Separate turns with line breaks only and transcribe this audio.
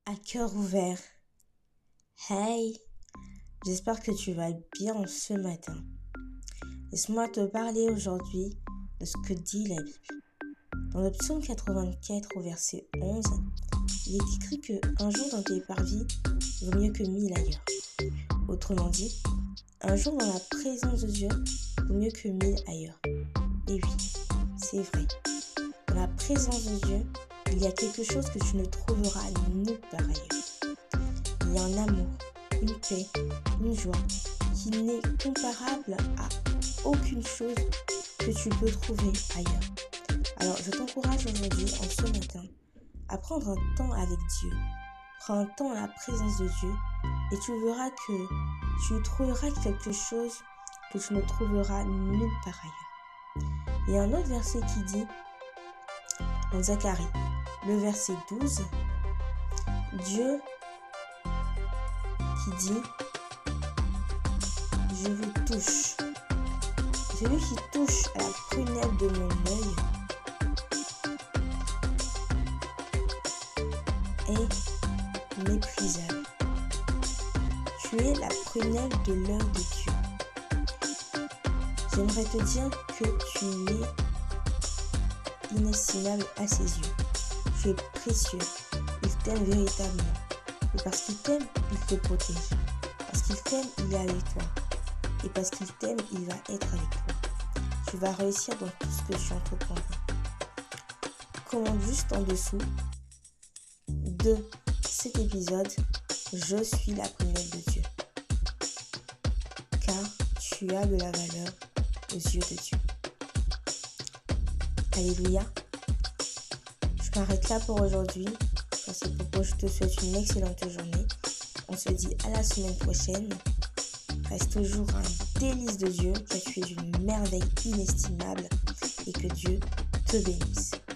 à cœur ouvert. Hey, j'espère que tu vas bien ce matin. Laisse-moi te parler aujourd'hui de ce que dit la Bible. Dans le psaume 84 au verset 11, il est écrit qu'un jour dans tes parvis vaut mieux que 1000 ailleurs. Autrement dit, un jour dans la présence de Dieu vaut mieux que 1000 ailleurs. Et oui, c'est vrai. Dans la présence de Dieu, il y a quelque chose que tu ne trouveras nulle part ailleurs. Il y a un amour, une paix, une joie qui n'est comparable à aucune chose que tu peux trouver ailleurs. Alors, je t'encourage aujourd'hui, en ce matin, à prendre un temps avec Dieu. Prends un temps à la présence de Dieu et tu verras que tu trouveras quelque chose que tu ne trouveras nulle part ailleurs. Il y a un autre verset qui dit, en Zacharie, le verset 12, Dieu qui dit, je vous touche. Celui qui touche à la prunelle de mon œil est méprisable. Tu es la prunelle de l'œil de Dieu. J'aimerais te dire que tu es inestimable à ses yeux. Tu es précieux. Il t'aime véritablement. Et parce qu'il t'aime, il te protège. Parce qu'il t'aime, il est avec toi. Et parce qu'il t'aime, il va être avec toi. Tu vas réussir dans tout ce que tu entreprendras. Commente juste en dessous de cet épisode, je suis la prunelle de Dieu. Car tu as de la valeur aux yeux de Dieu. Alléluia. Je m'arrête là pour aujourd'hui. Sur ce propos, je te souhaite une excellente journée. On se dit à la semaine prochaine. Reste toujours un délice de Dieu, car tu es une merveille inestimable et que Dieu te bénisse.